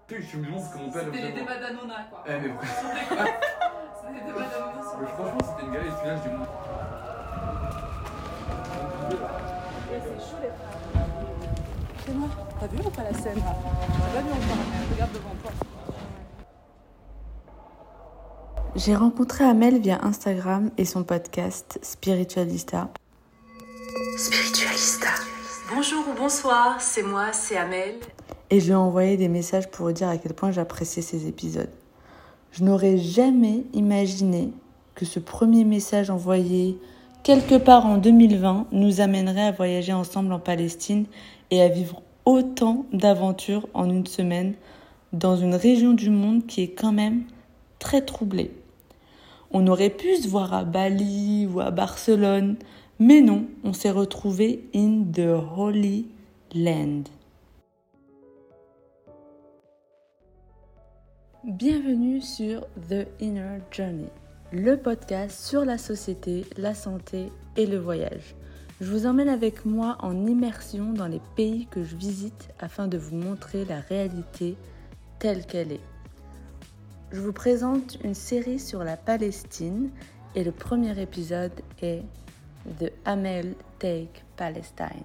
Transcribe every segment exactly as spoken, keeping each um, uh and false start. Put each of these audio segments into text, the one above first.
Je suis musulman, c'est que mon père C'était les débats d'Anona quoi. Eh mais pourquoi C'était les débats d'Anona sur Mais franchement, c'était une galère, et puis là, je dis bon. Et c'est chaud les frères. C'est moi. T'as vu ou pas la scène là? T'as pas vu encore, mais regarde devant toi. J'ai rencontré Amel via Instagram et son podcast Spiritualista. Spiritualista. Bonjour ou bonsoir, c'est moi, c'est Amel. Et je lui ai envoyé des messages pour lui dire à quel point j'appréciais ces épisodes. Je n'aurais jamais imaginé que ce premier message envoyé quelque part en deux mille vingt nous amènerait à voyager ensemble en Palestine et à vivre autant d'aventures en une semaine dans une région du monde qui est quand même très troublée. On aurait pu se voir à Bali ou à Barcelone, mais non, on s'est retrouvés in the Holy Land. Bienvenue sur The Inner Journey, le podcast sur la société, la santé et le voyage. Je vous emmène avec moi en immersion dans les pays que je visite afin de vous montrer la réalité telle qu'elle est. Je vous présente une série sur la Palestine et le premier épisode est The Amel Take Palestine.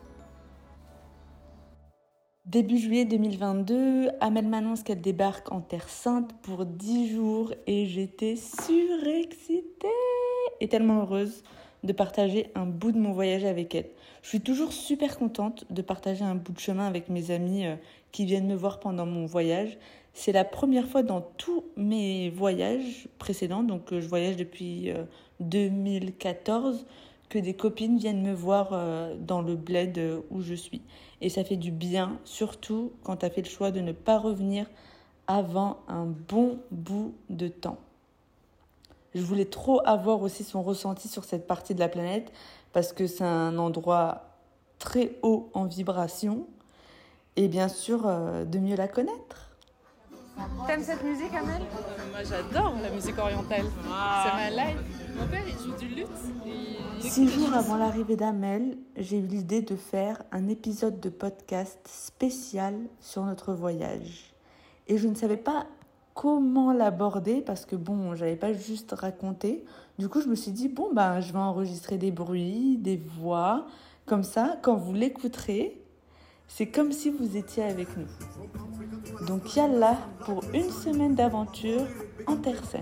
Début juillet deux mille vingt-deux, Amel m'annonce qu'elle débarque en Terre Sainte pour dix jours et j'étais surexcitée et tellement heureuse de partager un bout de mon voyage avec elle. Je suis toujours super contente de partager un bout de chemin avec mes amis qui viennent me voir pendant mon voyage. C'est la première fois dans tous mes voyages précédents, donc je voyage depuis deux mille quatorze, que des copines viennent me voir dans le bled où je suis. Et ça fait du bien, surtout quand tu as fait le choix de ne pas revenir avant un bon bout de temps. Je voulais trop avoir aussi son ressenti sur cette partie de la planète parce que c'est un endroit très haut en vibration et bien sûr de mieux la connaître. T'aimes cette musique, Amel? Moi j'adore la musique orientale. Ah. C'est ma life. Mon père il joue du luth. Et... Six jours avant l'arrivée d'Amel, j'ai eu l'idée de faire un épisode de podcast spécial sur notre voyage. Et je ne savais pas comment l'aborder parce que bon, j'avais pas juste raconté. Du coup, je me suis dit, bon, ben, je vais enregistrer des bruits, des voix. Comme ça, quand vous l'écouterez, c'est comme si vous étiez avec nous. Donc, yallah pour une semaine d'aventure en Terre Sainte.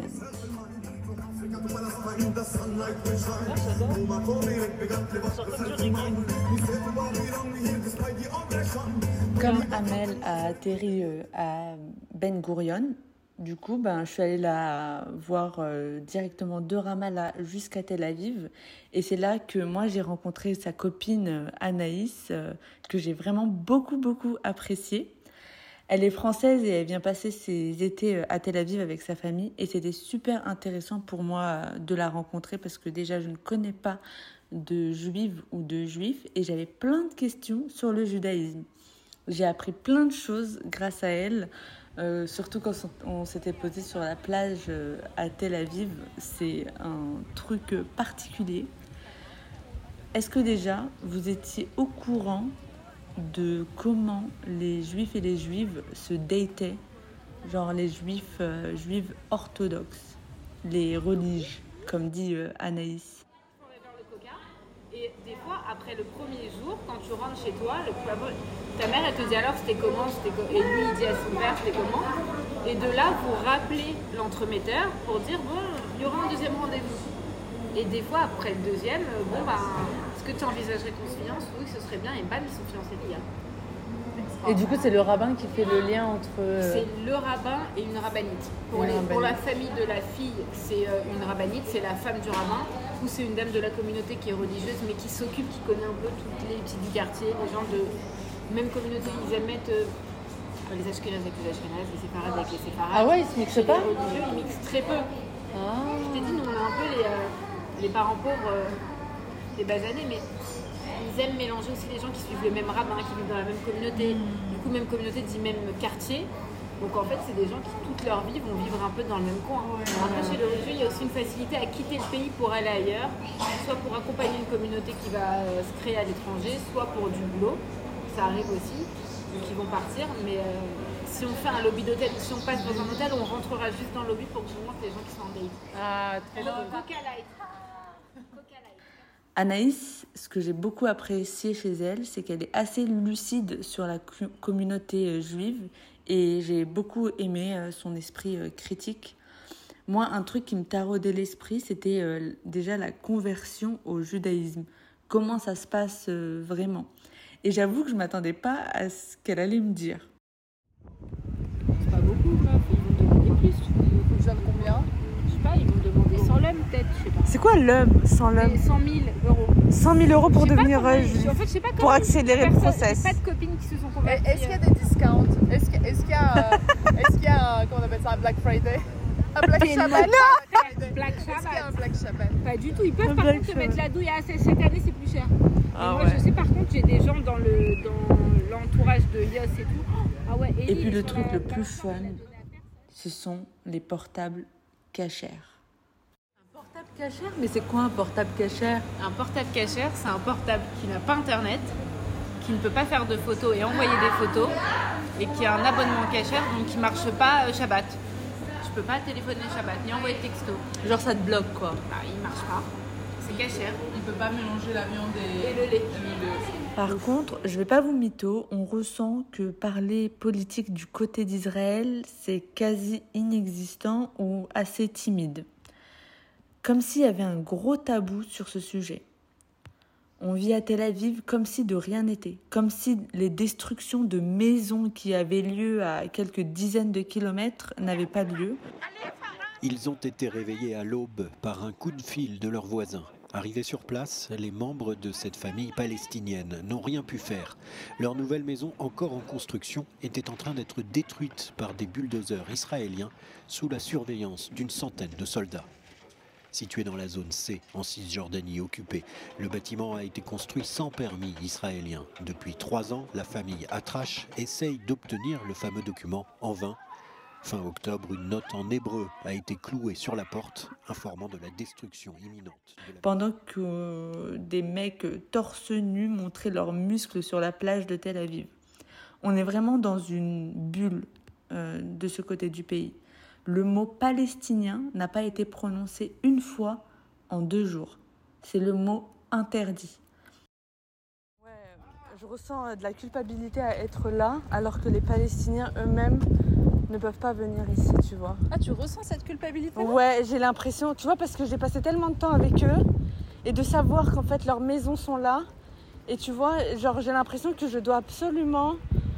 Comme Amel a atterri à Ben Gurion, du coup, ben, je suis allée la voir euh, directement de Ramallah jusqu'à Tel Aviv. Et c'est là que moi, j'ai rencontré sa copine Anaïs, euh, que j'ai vraiment beaucoup, beaucoup appréciée. Elle est française et elle vient passer ses étés à Tel Aviv avec sa famille. Et c'était super intéressant pour moi de la rencontrer parce que déjà, je ne connais pas de juive ou de juif. Et j'avais plein de questions sur le judaïsme. J'ai appris plein de choses grâce à elle. Euh, surtout quand on s'était posé sur la plage à Tel Aviv, c'est un truc particulier. Est-ce que déjà vous étiez au courant de comment les juifs et les juives se dataient, genre les juifs, euh, juives orthodoxes, les religes, comme dit euh, Anaïs. Et des fois, après le premier jour, quand tu rentres chez toi, le, ta mère, elle te dit alors c'était comment, c'était co- et lui, il dit à son père c'était comment. Et de là, vous rappelez l'entremetteur pour dire bon, il y aura un deuxième rendez-vous. Et des fois, après le deuxième, bon, bah, est-ce que tu envisagerais qu'on se fiance? Oui, ce serait bien. Et bam, ils sont fiancés, les gars. Et du coup, c'est le rabbin qui fait le lien entre... C'est le rabbin et une rabbinite. Pour, les, pour la famille de la fille, c'est une rabbinite, c'est la femme du rabbin. Ou c'est une dame de la communauté qui est religieuse, mais qui s'occupe, qui connaît un peu toutes les petites du quartier, les gens de même communauté. Ils aiment mettre euh, les ashkénazes avec les ashkénazes, les séfarades avec les séfarades. Ah ouais, ils se mixent pas? Les religieux, ils mixent très peu. Ah. Je t'ai dit, nous, on a un peu les, euh, les parents pauvres, euh, les basanés, mais... Ils aiment mélanger aussi les gens qui suivent le même rabbin, qui vivent dans la même communauté. Mmh. Du coup, même communauté dit même quartier. Donc en fait, c'est des gens qui toute leur vie vont vivre un peu dans le même coin. Ouais. Après, chez le religieux, il y a aussi une facilité à quitter le pays pour aller ailleurs, soit pour accompagner une communauté qui va euh, se créer à l'étranger, soit pour du boulot. Ça arrive aussi. Donc ils vont partir, mais euh, si on fait un lobby d'hôtel, si on passe dans un hôtel, on rentrera juste dans le lobby pour que je montre les gens qui sont en date. Ah, trop Alors, bien. Coca Light. Coca Light. Anaïs, ce que j'ai beaucoup apprécié chez elle, c'est qu'elle est assez lucide sur la cu- communauté euh, juive et j'ai beaucoup aimé euh, son esprit euh, critique. Moi, un truc qui me taraudait l'esprit, c'était euh, déjà la conversion au judaïsme. Comment ça se passe euh, vraiment. Et j'avoue que je ne m'attendais pas à ce qu'elle allait me dire. C'est pas beaucoup, meuf. Ils vont demander plus. Il faut que je donne combien? Je sais pas, ils vont demander cent l'homme peut-être, je sais pas. C'est quoi l'homme sans Mais cent mille euros. cent mille euros pour Je sais pas devenir comment euh, ils- juif. En fait, je sais pas comment Pour ils- accélérer le personne- process. J'ai pas de copines qui se sont Et converties. Est-ce qu'il y a des discounts? Est-ce qu'il est-ce qu'il y a, euh, est-ce qu'il y a un, comment on appelle ça, un Black Friday? Un Black Tellement Shabbat? pas. Black Est-ce qu'il y a un Shabbat. Black Shabbat? Pas du tout. Ils peuvent Un par Black contre te Shabbat. mettre la douille. Ah, c'est- cette année, c'est plus cher. Ah Et moi, ouais. je sais par contre, j'ai des gens dans le dans l'entourage de Yos et tout. Ah ouais. Et Ellie, puis le sur truc la- le la- plus fun, ce sont les portables cachers. Un portable cachère? Mais c'est quoi un portable cachère? Un portable cachère, c'est un portable qui n'a pas internet, qui ne peut pas faire de photos et envoyer des photos, et qui a un abonnement cachère, donc qui marche pas euh, Shabbat. Je peux pas téléphoner Shabbat ni envoyer de texto. Genre ça te bloque quoi. Bah, il marche pas. C'est cachère. Il peut pas mélanger la viande et, Et le lait. et le lait. Par contre, je vais pas vous mytho, on ressent que parler politique du côté d'Israël, c'est quasi inexistant ou assez timide. Comme s'il y avait un gros tabou sur ce sujet. On vit à Tel Aviv comme si de rien n'était, comme si les destructions de maisons qui avaient lieu à quelques dizaines de kilomètres n'avaient pas lieu. Ils ont été réveillés à l'aube par un coup de fil de leurs voisins. Arrivés sur place, les membres de cette famille palestinienne n'ont rien pu faire. Leur nouvelle maison, encore en construction, était en train d'être détruite par des bulldozers israéliens sous la surveillance d'une centaine de soldats. Situé dans la zone C, en Cisjordanie occupée, le bâtiment a été construit sans permis israélien. Depuis trois ans, la famille Atrache essaye d'obtenir le fameux document en vain. Fin octobre, une note en hébreu a été clouée sur la porte, informant de la destruction imminente. De la... Pendant que euh, des mecs torse nus montraient leurs muscles sur la plage de Tel Aviv. On est vraiment dans une bulle euh, de ce côté du pays. Le mot palestinien n'a pas été prononcé une fois en deux jours. C'est le mot interdit. Ouais, je ressens de la culpabilité à être là, alors que les Palestiniens eux-mêmes ne peuvent pas venir ici, tu vois. Ah, tu ressens cette culpabilité? Ouais, j'ai l'impression, tu vois, parce que j'ai passé tellement de temps avec eux, et de savoir qu'en fait leurs maisons sont là, et tu vois, genre j'ai l'impression que je dois absolument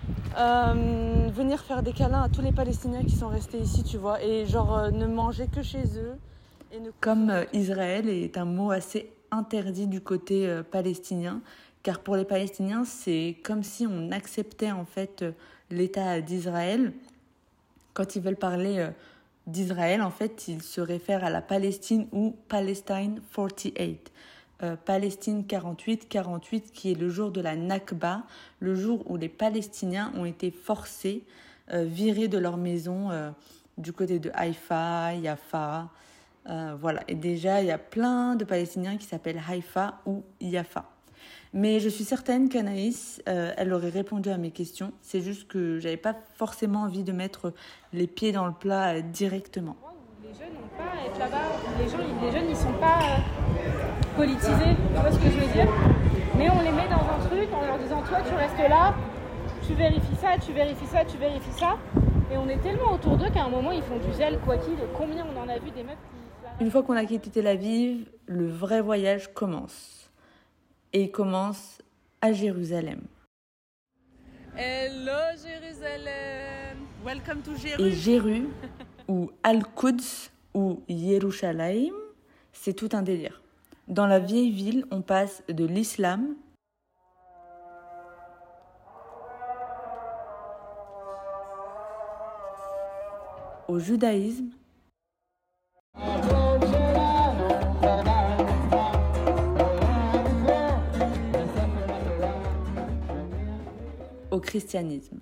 euh, venir faire des câlins à tous les Palestiniens qui sont restés ici, tu vois, et genre euh, ne manger que chez eux. Et ne... Comme euh, Israël est un mot assez interdit du côté euh, palestinien, car pour les Palestiniens, c'est comme si on acceptait en fait euh, l'État d'Israël. Quand ils veulent parler euh, d'Israël, en fait, ils se réfèrent à la Palestine ou Palestine quarante-huit. Euh, Palestine quarante-huit, quarante-huit qui est le jour de la Nakba, le jour où les Palestiniens ont été forcés, euh, virés de leur maison euh, du côté de Haïfa, Yafa. Euh, voilà. Et déjà, il y a plein de Palestiniens qui s'appellent Haïfa ou Yafa. Mais je suis certaine qu'Anaïs, euh, elle aurait répondu à mes questions. C'est juste que j'avais pas forcément envie de mettre les pieds dans le plat euh, directement. Les jeunes n'ont pas à être là-bas. Les, gens, les jeunes, ils sont pas euh, politisés. Tu vois ce que je veux dire? Mais on les met dans un truc en leur disant, toi, tu restes là, tu vérifies ça, tu vérifies ça, tu vérifies ça. Et on est tellement autour d'eux qu'à un moment, ils font du zèle, quoi qu'il. Combien on en a vu des meufs qui... Une fois qu'on a quitté Tel Aviv, le vrai voyage commence. Et il commence à Jérusalem. Hello Jérusalem! Welcome to Et Jérusalem! Jéru, ou Al-Quds, ou Yerushalayim, c'est tout un délire. Dans la vieille ville, on passe de l'islam au judaïsme, au christianisme.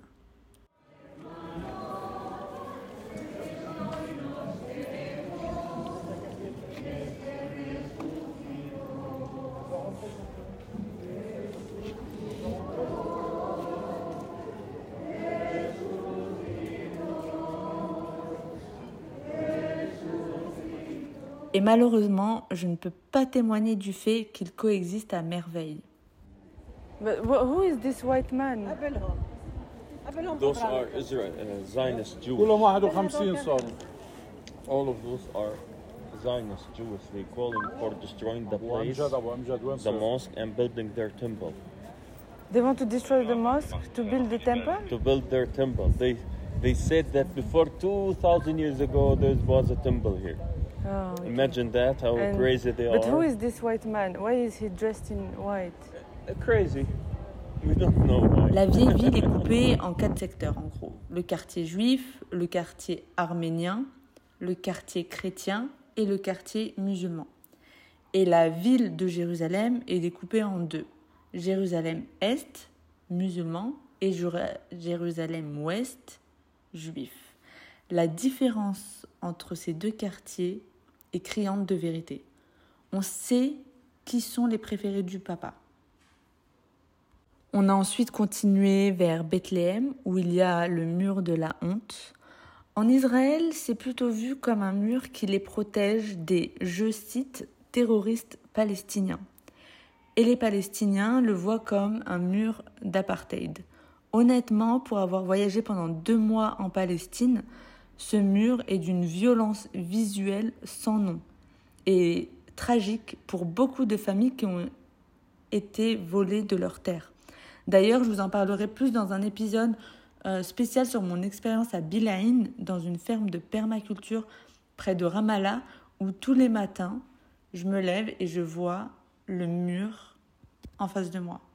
Et malheureusement, je ne peux pas témoigner du fait qu'ils coexistent à merveille. But who is this white man? Those are Israel, uh, Zionist Jews. كلهم واحد وخمسين صاروا. All of those are Zionist Jews. They calling for destroying the place, أمجد أبو أمجد وين the صار؟ mosque, and building their temple. They want to destroy the mosque to build the temple? To build their temple. They they said that before two thousand years ago there was a temple here. Oh, okay. Imagine that, how And- crazy they But are. who is this white man? Why is he dressed in white? Uh, Crazy. We don't know why. La vieille ville est coupée en quatre secteurs en gros. Le quartier juif, le quartier arménien, le quartier chrétien et le quartier musulman. Et la ville de Jérusalem est découpée en deux. Jérusalem-Est, musulman, et Jéru- Jérusalem-Ouest, juif. La différence entre ces deux quartiers est criante de vérité. On sait qui sont les préférés du papa. On a ensuite continué vers Bethléem, où il y a le mur de la honte. En Israël, c'est plutôt vu comme un mur qui les protège des, je cite, terroristes palestiniens. Et les Palestiniens le voient comme un mur d'apartheid. Honnêtement, pour avoir voyagé pendant deux mois en Palestine, ce mur est d'une violence visuelle sans nom et tragique pour beaucoup de familles qui ont été volées de leurs terres. D'ailleurs, je vous en parlerai plus dans un épisode euh, spécial sur mon expérience à Bilaïn, dans une ferme de permaculture près de Ramallah, où tous les matins, je me lève et je vois le mur en face de moi.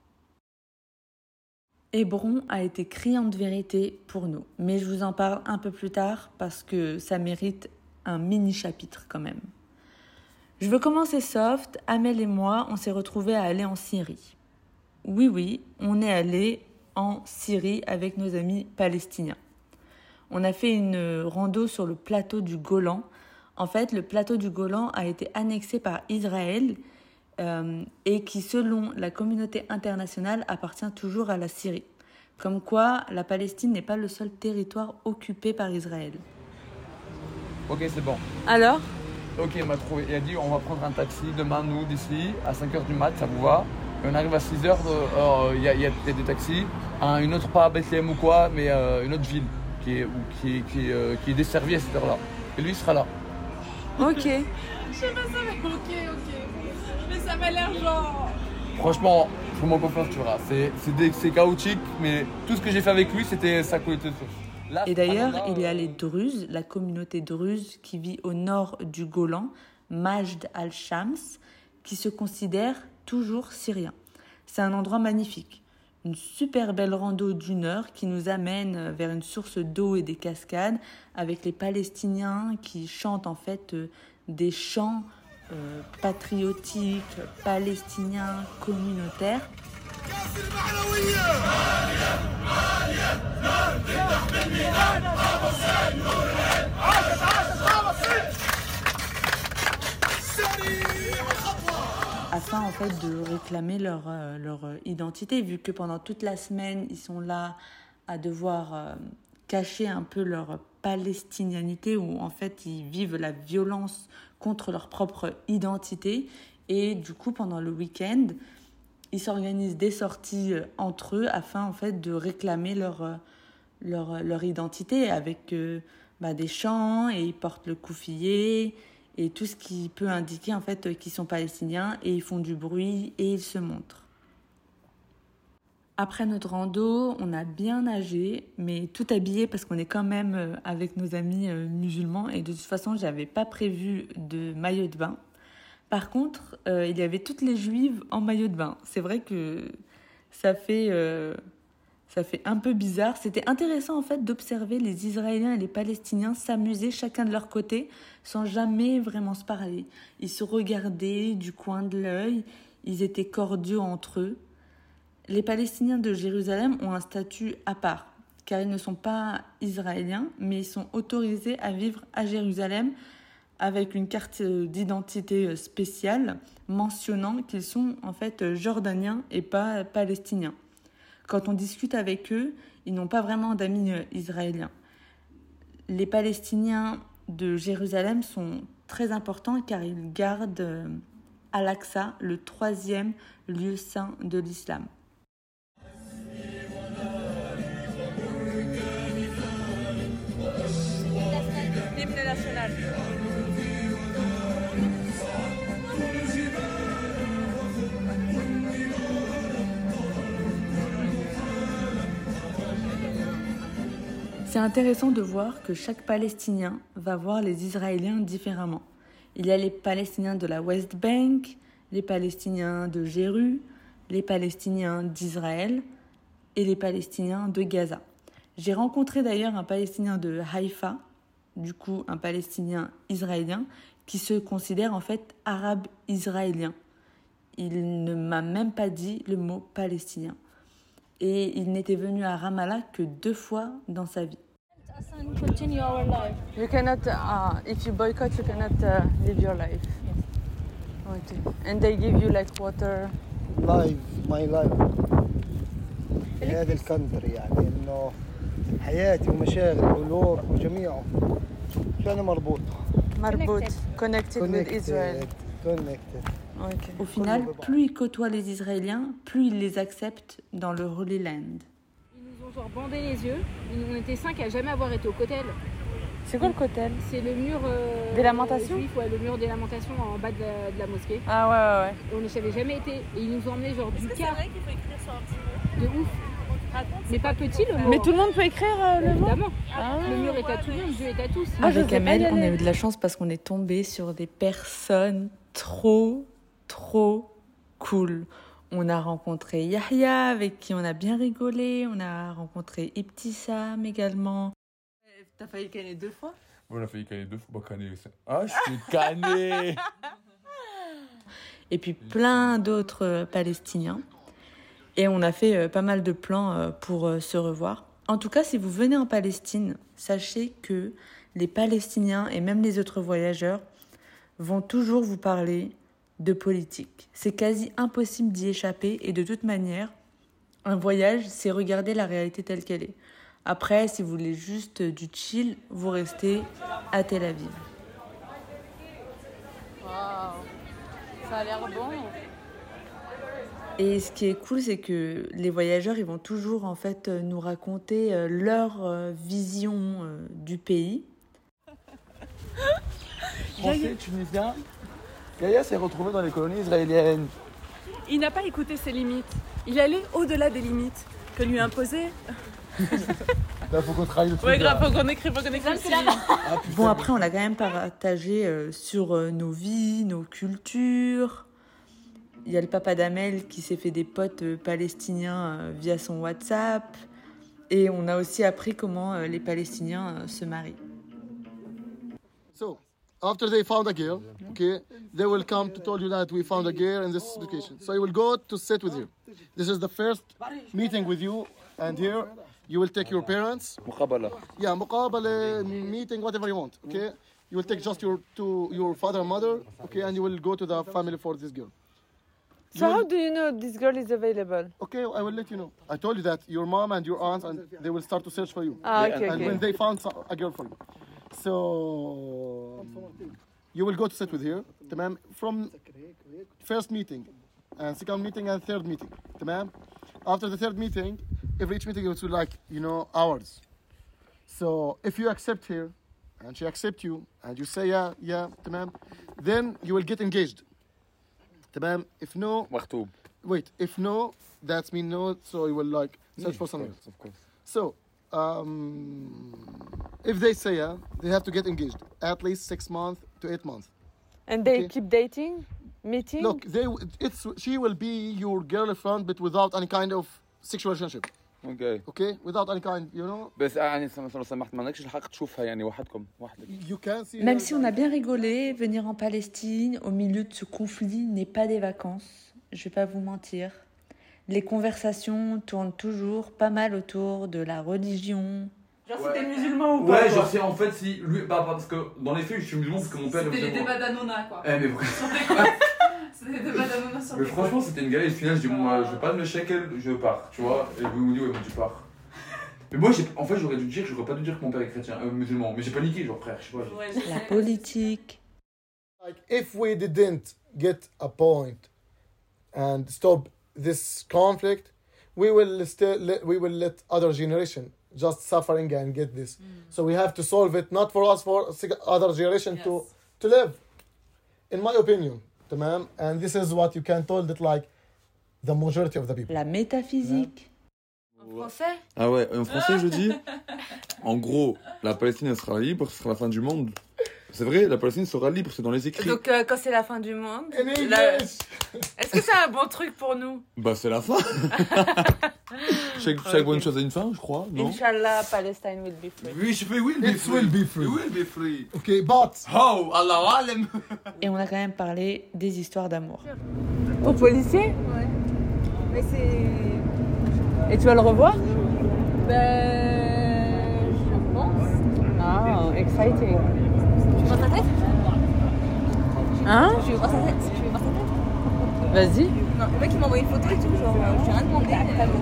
Hébron a été criant de vérité pour nous, mais je vous en parle un peu plus tard parce que ça mérite un mini-chapitre quand même. Je veux commencer soft. Amel et moi, on s'est retrouvés à aller en Syrie. Oui, oui, on est allé en Syrie avec nos amis palestiniens. On a fait une rando sur le plateau du Golan. En fait, le plateau du Golan a été annexé par Israël euh, et qui, selon la communauté internationale, appartient toujours à la Syrie. Comme quoi, la Palestine n'est pas le seul territoire occupé par Israël. Ok, c'est bon. Alors? Ok, il m'a trouvé. Il a dit on va prendre un taxi demain, nous, d'ici, à cinq heures du mat, ça vous va? Et on arrive à six heures, il euh, y, y, y a des taxis, à une autre, pas à Bethléem ou quoi, mais euh, une autre ville qui est, ou, qui, qui, euh, qui est desservie à cette heure-là. Et lui, il sera là. Ok. Je sais pas ça, mais ok, ok. Mais ça m'a l'air genre. Franchement, fais-moi confiance, tu verras. C'est, c'est, des, c'est chaotique, mais tout ce que j'ai fait avec lui, c'était ça coulait de source. Là, Et d'ailleurs, là, il y a euh, les Druzes, la communauté druze qui vit au nord du Golan, Majd al-Shams, qui se considère toujours syrien. C'est un endroit magnifique. Une super belle rando d'une heure qui nous amène vers une source d'eau et des cascades avec les Palestiniens qui chantent en fait euh, des chants euh, patriotiques, palestiniens, communautaires. Afin en fait de réclamer leur, euh, leur identité, vu que pendant toute la semaine, ils sont là à devoir euh, cacher un peu leur palestinianité, où en fait ils vivent la violence contre leur propre identité. Et du coup, pendant le week-end, ils s'organisent des sorties euh, entre eux afin en fait de réclamer leur, euh, leur, leur identité avec euh, bah, des chants, et ils portent le koufiyé et tout ce qui peut indiquer en fait qu'ils sont palestiniens, et ils font du bruit et ils se montrent. Après notre rando, on a bien nagé, mais tout habillé parce qu'on est quand même avec nos amis musulmans, et de toute façon, j'avais pas prévu de maillot de bain. Par contre, euh, il y avait toutes les juives en maillot de bain. C'est vrai que ça fait, euh, ça fait un peu bizarre. C'était intéressant en fait d'observer les Israéliens et les Palestiniens s'amuser chacun de leur côté sans jamais vraiment se parler. Ils se regardaient du coin de l'œil, ils étaient cordiaux entre eux. Les Palestiniens de Jérusalem ont un statut à part, car ils ne sont pas israéliens, mais ils sont autorisés à vivre à Jérusalem avec une carte d'identité spéciale mentionnant qu'ils sont en fait jordaniens et pas palestiniens. Quand on discute avec eux, ils n'ont pas vraiment d'amis israéliens. Les Palestiniens de Jérusalem sont très important car il garde euh, Al-Aqsa, le troisième lieu saint de l'islam. L'hymne national. C'est intéressant de voir que chaque Palestinien va voir les Israéliens différemment. Il y a les Palestiniens de la West Bank, les Palestiniens de Jéru, les Palestiniens d'Israël et les Palestiniens de Gaza. J'ai rencontré d'ailleurs un Palestinien de Haïfa, du coup un Palestinien israélien, qui se considère en fait arabe israélien. Il ne m'a même pas dit le mot palestinien. Et il n'était venu à Ramallah que deux fois dans sa vie. Continue our life. You cannot, uh, if you boycott, you cannot uh, live your life. Okay. And they give you like water. Life, my life. في هذا الكنتري يعني انه حياتي ومشاغل وعلوم وجميعه فانا مربوط. مربوط. Connected with Israel. Connected. Okay. Au final, plus il côtoie les Israéliens, plus il les accepte dans le Holy Land. Ils nous ont genre bandé les yeux. On était cinq à jamais avoir été au Kotel. C'est quoi le Kotel? C'est le mur euh, des lamentations. Juif, ouais, le mur des lamentations en bas de la, de la mosquée. Ah ouais ouais ouais. Et on n'y avait jamais été. Et ils nous ont emmenés genre du Est-ce que car. c'est vrai qu'il faut écrire sur un petit mot? De ouf. Raconte, Mais pas petit le mot. Mais tout le monde peut écrire euh, le mot? Évidemment. Ah. Le mur est à tout le monde, Dieu est à tous. Ah, Avec Amel, on a eu de la chance parce qu'on est tombé sur des personnes trop, trop cool. On a rencontré Yahya, avec qui on a bien rigolé. On a rencontré Ibtissam également. T'as failli canner deux fois? On a failli canner deux fois. Bah, canner. Ah, je suis canné. Et puis plein d'autres Palestiniens. Et on a fait pas mal de plans pour se revoir. En tout cas, si vous venez en Palestine, sachez que les Palestiniens et même les autres voyageurs vont toujours vous parler de politique. C'est quasi impossible d'y échapper et de toute manière, un voyage, c'est regarder la réalité telle qu'elle est. Après, si vous voulez juste du chill, vous restez à Tel Aviv. Waouh, ça a l'air bon. Et ce qui est cool, c'est que les voyageurs, ils vont toujours en fait nous raconter leur vision du pays. Français, tunisien, Yahya s'est retrouvé dans les colonies israéliennes. Il n'a pas écouté ses limites. Il allait au-delà des limites que lui imposait. Là, faut qu'on travaille le truc. Ouais, grave, faut qu'on écrive, faut qu'on écrive. Ah, bon, après, on a quand même partagé euh, sur euh, nos vies, nos cultures. Il y a le papa d'Amel qui s'est fait des potes euh, palestiniens euh, via son WhatsApp. Et on a aussi appris comment euh, les Palestiniens euh, se marient. So, after they found a girl, okay, they will come to tell you that we found a girl in this location. So you will go to sit with you. This is the first meeting with you, and here you will take your parents. مقابلة. Yeah, مقابلة, meeting, whatever you want, okay? You will take just your to your father and mother, okay, and you will go to the family for this girl. So You how will- do you know this girl is available? Okay, I will let you know. I told you that your mom and your aunt, and they will start to search for you. Ah, Yeah, ok, And ok. when they found so- a girl for you. So, you will go to sit with her, تمام? From first meeting, and second meeting, and third meeting, تمام? After the third meeting, every each meeting is like, you know, hours. So, if you accept her, and she accepts you, and you say, yeah, yeah, تمام? Then you will get engaged. تمام? If no, مخطوب. wait, if no, that's mean no, so you will like search for someone else. Of course. So, um, if they say yeah, they have to get engaged at least six months to eight months. And they Okay. keep dating, meeting? Look, they it's she will be your girlfriend, but without any kind of sexual relationship. اوكي. Okay, without any kind, you know. بس يعني لو سمحت ما عندكش الحق تشوفها يعني وحدكم وحدك. You can see. Même her- si on a bien rigolé, venir en Palestine au milieu de ce conflit n'est pas des vacances. Je vais pas vous mentir. Les conversations tournent toujours pas mal autour de la religion. Genre, c'était musulman ou pas? Ouais, genre, c'est en fait si lui. Bah, parce que dans les faits, je suis musulman parce que mon père est C'était les musulman. débats d'Anouna, quoi. Eh, mais vrai. Sur des quoi C'était les débats d'Anouna sur Mais des franchement, c'était une galère. Au final, je dis, bon, moi, je veux pas de me shekel, je pars, tu vois. Et lui me dit, ouais, moi, tu pars. Mais moi, j'ai- en fait, j'aurais dû dire, j'aurais pas dû dire que mon père est chrétien, euh, musulman. Mais j'ai paniqué, genre, frère, je sais pas. j'ai- Ouais, je La sais. politique, Like if we didn't get a point and stop this conflict, we will still let, we will let other generation just suffering and get this. Mm. So we have to solve it, not for us, for other generation yes. to to live. In my opinion, tamam. And this is what you can told it like the majority of the people. La métaphysique. En français? Ah ouais, en français je dis, en gros, la Palestine elle sera libre, ce sera la fin du monde. C'est vrai, la Palestine sera libre, c'est dans les écrits. Donc euh, quand c'est la fin du monde, la... est-ce que c'est un bon truc pour nous? Bah c'est la fin. chaque, chaque okay. bonne chose a une fin, je crois, non? Inch'Allah, Palestine will be free. Oui, je fais will be It free. will be free. It will be free. Ok, but... Oh, Allah alam. Et on a quand même parlé des histoires d'amour. Au policier? Ouais. Mais c'est... Et tu vas le revoir? Ben... Je pense. Ah, exciting. Tu veux voir sa tête? Hein? Tu veux voir sa tête? Tu veux voir sa tête? Vas-y. Non, le mec il m'a envoyé une photo et tout, genre je t'ai rien demandé.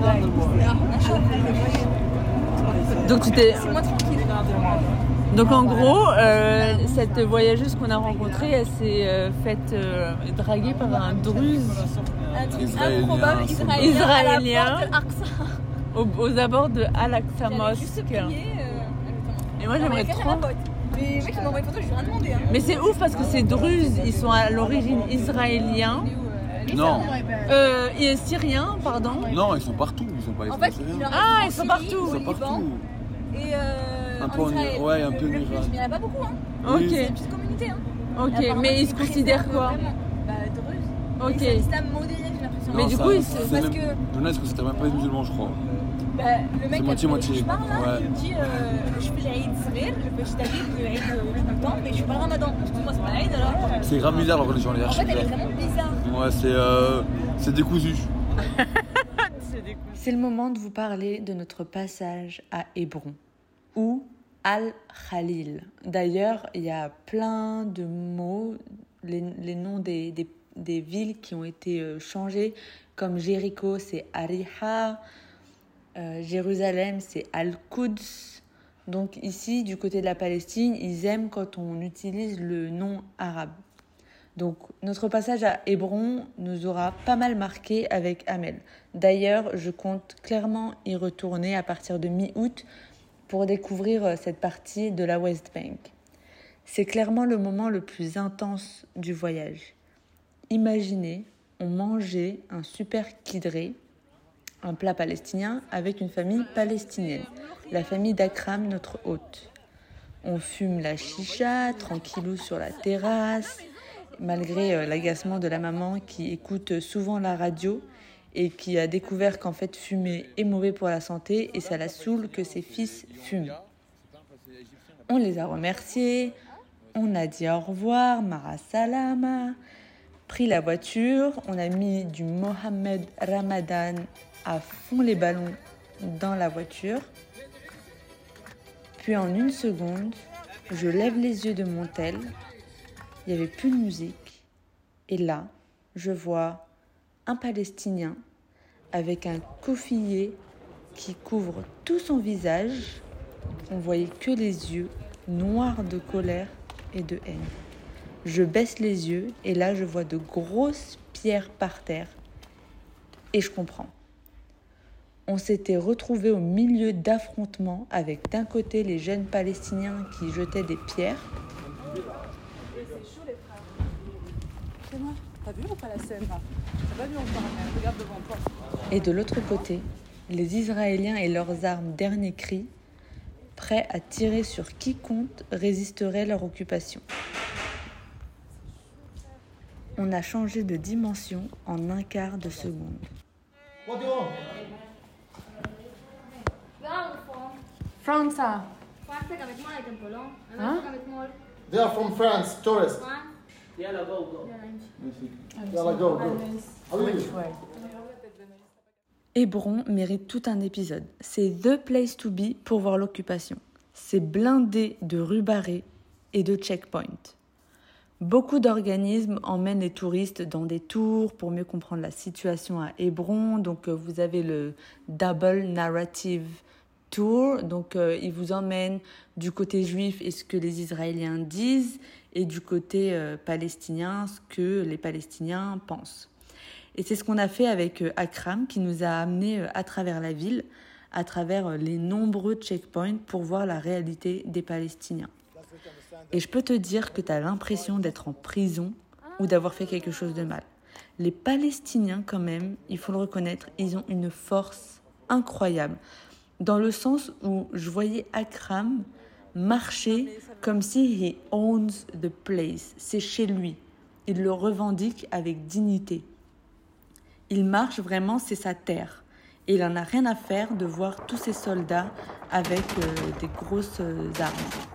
Donc tu t'es... C'est moi tranquille. Donc en gros, euh, cette voyageuse qu'on a rencontrée, elle s'est euh, faite euh, draguer par un druze un truc israélien, improbable israélien, israélien à la porte de Aqsa. Aux, aux abords de Al-Aqsa Mosque. Juste prier, euh, et moi j'aimerais trop... Mais le mec il m'a envoyé une photo, je lui ai rien demandé. Hein. Mais c'est ouf parce que ces druzes, ils sont à l'origine israéliens. Non. Euh, et syriens, pardon. Non, ils sont partout, ils sont pas en fait, syriens. Ah, ils sont partout. Ils sont partout. Et euh, un peu en Israël. Ouais, un peu le, en le Iran. il n'y en a pas beaucoup, hein. Ok. C'est une petite communauté, hein. Ok, mais ils se considèrent quoi? Bah, druzes. Ok. C'est l'islam modéré, j'ai l'impression. Mais du coup, ils se... Parce que... Jonas, que c'était même pas les musulmans, je crois. Bah, le mec, moitié-moitié. Je parle là, ouais. il me dit euh, je fais l'Aïd Srir, je fais Shtaïd, l'Aïd tout le temps, mais je suis pas le Ramadan. Je dis moi c'est pas l'Aïd alors. C'est grave bizarre leur religion, les En fait, elle est vraiment bizarre. Ouais, c'est euh, c'est décousu. C'est le moment de vous parler de notre passage à Hébron, ou Al-Khalil. D'ailleurs, il y a plein de mots, les, les noms des, des, des villes qui ont été euh, changés, comme Jéricho, c'est Ariha, euh, Jérusalem, c'est Al-Quds. Donc ici, du côté de la Palestine, ils aiment quand on utilise le nom arabe. Donc notre passage à Hébron nous aura pas mal marqué avec Amel. D'ailleurs, je compte clairement y retourner à partir de mi-août pour découvrir cette partie de la West Bank. C'est clairement le moment le plus intense du voyage. Imaginez, on mangeait un super kidré, un plat palestinien, avec une famille palestinienne, la famille d'Akram, notre hôte. On fume la chicha, tranquillou sur la terrasse, malgré euh, l'agacement de la maman qui écoute souvent la radio et qui a découvert qu'en fait fumer est mauvais pour la santé et ça la saoule que ses fils fument. On les a remerciés, on a dit au revoir, Mara Salama, pris la voiture, on a mis du Mohamed Ramadan à fond les ballons dans la voiture. Puis en une seconde, je lève les yeux de mon tel, il n'y avait plus de musique. Et là, je vois un Palestinien avec un kofiyeh qui couvre tout son visage. On voyait que les yeux noirs de colère et de haine. Je baisse les yeux et là, je vois de grosses pierres par terre. Et je comprends. On s'était retrouvés au milieu d'affrontements avec d'un côté les jeunes Palestiniens qui jetaient des pierres. C'est moi. T'as vu ou pas la scène là? T'as pas vu encore, mais regarde devant toi. Et de l'autre côté, les Israéliens et leurs armes dernier cri, prêts à tirer sur quiconque résisterait leur occupation. On a changé de dimension en un quart de seconde. What do you want? France. Hein? They are from France, tourists. Yalla, go, go. Yalla, go, go. Hébron mérite tout un épisode. C'est the place to be pour voir l'occupation. C'est blindé de rues barrées et de checkpoints. Beaucoup d'organismes emmènent les touristes dans des tours pour mieux comprendre la situation à Hébron. Donc vous avez le Double Narrative tour. Donc, euh, il vous emmène du côté juif et ce que les Israéliens disent, et du côté euh, palestinien, ce que les Palestiniens pensent. Et c'est ce qu'on a fait avec euh, Akram, qui nous a amenés euh, à travers la ville, à travers euh, les nombreux checkpoints pour voir la réalité des Palestiniens. Et je peux te dire que tu as l'impression d'être en prison ou d'avoir fait quelque chose de mal. Les Palestiniens, quand même, il faut le reconnaître, ils ont une force incroyable. Dans le sens où je voyais Akram marcher comme si he owns the place. C'est chez lui. Il le revendique avec dignité. Il marche vraiment, c'est sa terre. Et il n'en a rien à faire de voir tous ces soldats avec euh, des grosses euh, armes.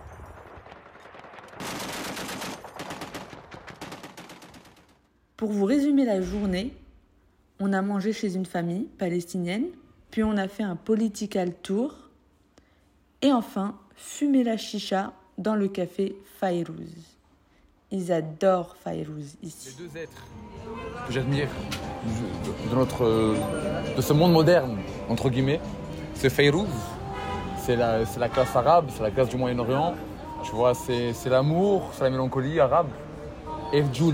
Pour vous résumer la journée, on a mangé chez une famille palestinienne, puis on a fait un political tour, et enfin, fumé la chicha dans le café Fayrouz. Ils adorent Fayrouz ici. Les deux êtres que j'admire de, notre, de ce monde moderne, entre guillemets, c'est Fayrouz, c'est la, c'est la classe arabe, c'est la classe du Moyen-Orient, tu vois, c'est, c'est l'amour, c'est la mélancolie arabe, et Joule.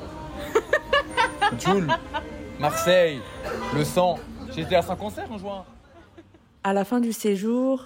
Joule, Marseille, le sang. J'étais à cinq concerts en juin. À la fin du séjour,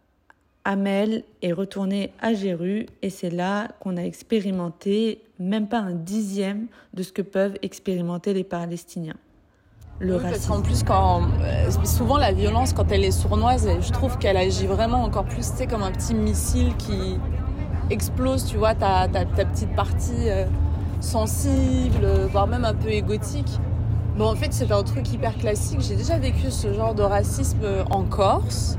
Amel est retournée à Jéru et c'est là qu'on a expérimenté même pas un dixième de ce que peuvent expérimenter les Palestiniens. Le oui, racisme. Parce qu'en plus, quand, euh, souvent la violence, quand elle est sournoise, je trouve qu'elle agit vraiment encore plus, tu sais, comme un petit missile qui explose, tu vois, ta, ta, ta petite partie euh, sensible, voire même un peu égotique. Bon, en fait, c'est un truc hyper classique. J'ai déjà vécu ce genre de racisme en Corse,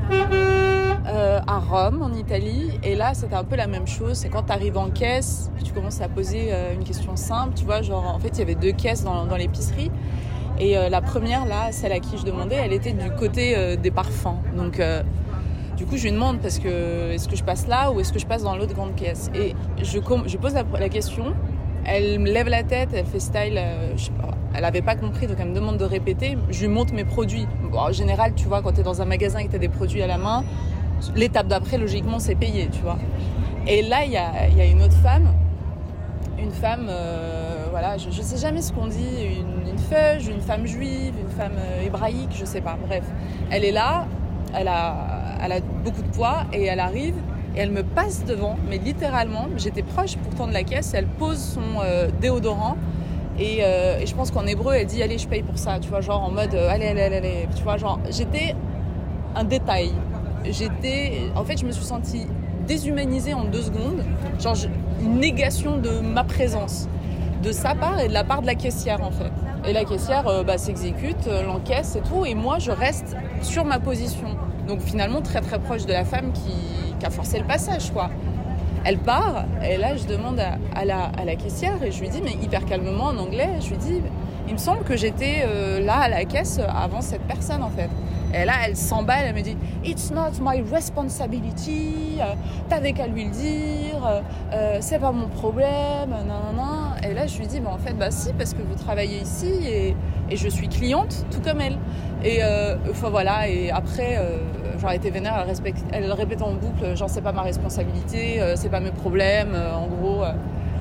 euh, à Rome, en Italie. Et là, c'était un peu la même chose. C'est quand tu arrives en caisse, tu commences à poser euh, une question simple. Tu vois, genre, en fait, il y avait deux caisses dans, dans l'épicerie. Et euh, la première, là, celle à qui je demandais, elle était du côté euh, des parfums. Donc, euh, du coup, je lui demande, parce que, est-ce que je passe là ou est-ce que je passe dans l'autre grande caisse ? Et je, je pose la, la question. Elle me lève la tête, elle fait style, euh, je sais pas, elle avait pas compris, donc elle me demande de répéter. Je lui montre mes produits. Bon, en général, tu vois, quand tu es dans un magasin et que tu as des produits à la main, l'étape d'après, logiquement, c'est payer, tu vois. Et là, il y a, y a une autre femme, une femme, euh, voilà, je, je sais jamais ce qu'on dit, une, une feuge, une femme juive, une femme euh, hébraïque, je sais pas, bref. Elle est là, elle a, elle a beaucoup de poids et elle arrive. Et elle me passe devant, mais littéralement, j'étais proche pourtant de la caisse, elle pose son euh, déodorant et, euh, et je pense qu'en hébreu, elle dit « Allez, je paye pour ça », tu vois, genre en mode euh, « Allez, allez, allez, allez », tu vois, genre, j'étais un détail. J'étais, en fait, je me suis sentie déshumanisée en deux secondes, genre une négation de ma présence, de sa part et de la part de la caissière, en fait. Et la caissière euh, bah, s'exécute, euh, l'encaisse et tout, et moi, je reste sur ma position. Donc finalement, très très proche de la femme qui, qui a forcé le passage, quoi. Elle part, et là, je demande à, à, la, à la caissière, et je lui dis, mais hyper calmement en anglais, je lui dis, il me semble que j'étais euh, là à la caisse avant cette personne, en fait. Et là, elle s'emballe, elle me dit « It's not my responsibility, euh, t'avais qu'à lui le dire, euh, c'est pas mon problème, nan, nan, nan. » Et là, je lui dis bah, « En fait, bah si, parce que vous travaillez ici et, et je suis cliente, tout comme elle. » Et euh, enfin voilà, et après, euh, genre, elle était vénère, elle, respecte, elle répétait en boucle « Genre, c'est pas ma responsabilité, euh, c'est pas mes problèmes, euh, en gros. Euh. »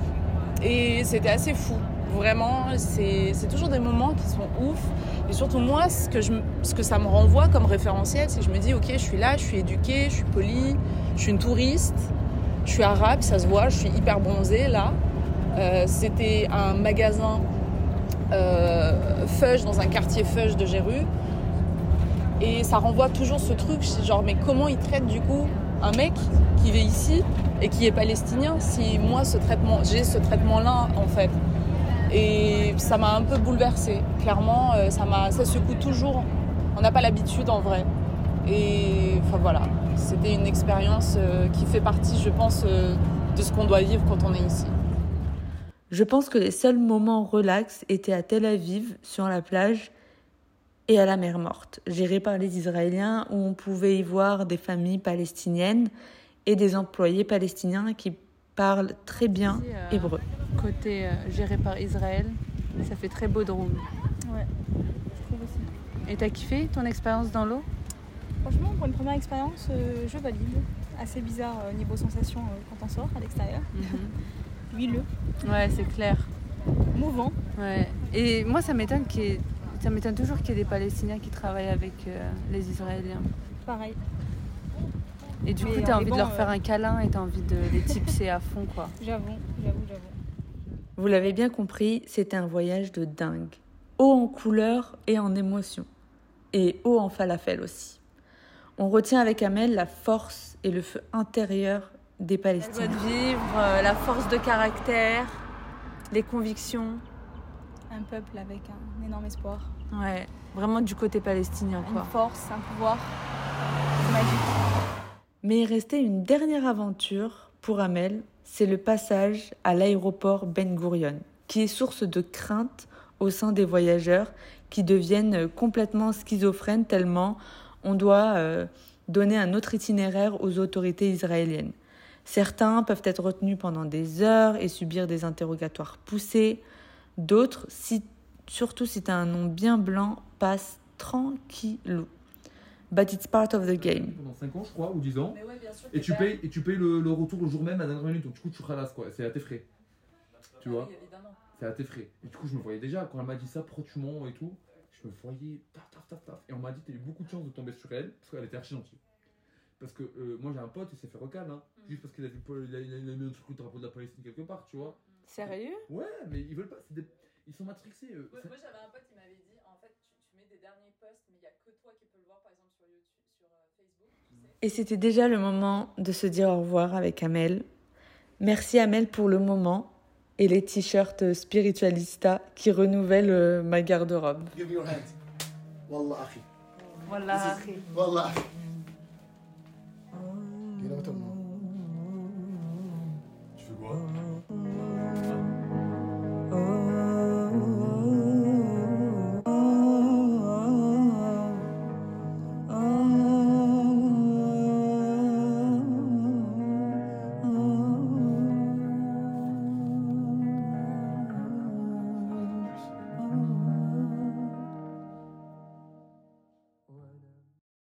Et c'était assez fou. Vraiment, c'est, c'est toujours des moments qui sont ouf. Et surtout moi, ce que, je, ce que ça me renvoie comme référentiel, c'est que je me dis, ok, je suis là, je suis éduquée, je suis polie, je suis une touriste, je suis arabe, ça se voit, je suis hyper bronzée là. Euh, c'était un magasin euh, fudge dans un quartier fudge de Jéru. Et ça renvoie toujours ce truc, genre, mais comment ils traitent du coup un mec qui vit ici et qui est palestinien si moi, ce traitement, j'ai ce traitement-là en fait. Et ça m'a un peu bouleversée. Clairement, ça, m'a, ça secoue toujours. On n'a pas l'habitude en vrai. Et enfin voilà, c'était une expérience qui fait partie, je pense, de ce qu'on doit vivre quand on est ici. Je pense que les seuls moments relax étaient à Tel Aviv, sur la plage, et à la mer Morte, gérée par les Israéliens, où on pouvait y voir des familles palestiniennes et des employés palestiniens qui parlent très bien Ici, euh, hébreu. Côté euh, géré par Israël, ça fait très beau de room. Ouais, je trouve aussi. Et t'as kiffé ton expérience dans l'eau ? Franchement, pour une première expérience, euh, je valide. Assez bizarre euh, niveau sensation euh, quand on sort à l'extérieur. Mhm. Huileux. Ouais, c'est clair. Mouvant. Ouais. Et moi, ça m'étonne qu'il y ait- ça m'étonne toujours qu'il y ait des Palestiniens qui travaillent avec euh, les Israéliens. Pareil. Et du Mais, coup, euh, t'as mais envie bon, de leur euh, faire un câlin et t'as envie de les tipser à fond, quoi. J'avoue, j'avoue, j'avoue. Vous l'avez bien compris, c'était un voyage de dingue. Haut en couleurs et en émotions. Et haut en falafel aussi. On retient avec Amel la force et le feu intérieur des La joie Palestiniens. de vivre, euh, la force de caractère, les convictions. Un peuple avec un énorme espoir. Ouais, vraiment du côté palestinien, Une quoi. force, un pouvoir. C'est magique. Mais il restait une dernière aventure pour Amel, c'est le passage à l'aéroport Ben Gurion, qui est source de crainte au sein des voyageurs qui deviennent complètement schizophrènes tellement on doit euh, donner un autre itinéraire aux autorités israéliennes. Certains peuvent être retenus pendant des heures et subir des interrogatoires poussés. D'autres, si, surtout si tu as un nom bien blanc, passent tranquillou. But it's part of the game. Pendant cinq ans, je crois, ou dix ans. Mais ouais, bien sûr. Et tu payes, et tu payes le, le retour le jour même à la dernière minute. Donc du coup, tu ralasses quoi. C'est à tes frais. Tu vois, Oui, évidemment. c'est à tes frais. Et du coup, je me voyais déjà, quand elle m'a dit ça, pourquoi tu mens et tout, je me voyais taf, taf, taf, taf. Et on m'a dit, t'as eu beaucoup de chance de tomber sur elle, parce qu'elle était archi gentille. Parce que euh, moi, j'ai un pote, il s'est fait recal, hein. Mm. Juste parce qu'il a, vu, il a, il a, il a mis un truc au drapeau de la Palestine quelque part, tu vois. Sérieux? Ouais, mais ils veulent pas. C'est des... Ils sont matrixés. Eux. Ouais, moi, j'avais un pote qui m'avait dit en fait, tu, tu mets des derniers posts, mais il n'y a que toi qui peux le voir, par exemple, sur YouTube, sur euh, Facebook. Tu sais. Et c'était déjà le moment de se dire au revoir avec Amel. Merci Amel pour le moment et les t-shirts spiritualista qui renouvellent euh, ma garde-robe. Give me your hand. Wallah, akhi. Wallah, This is- Wallah, akhi.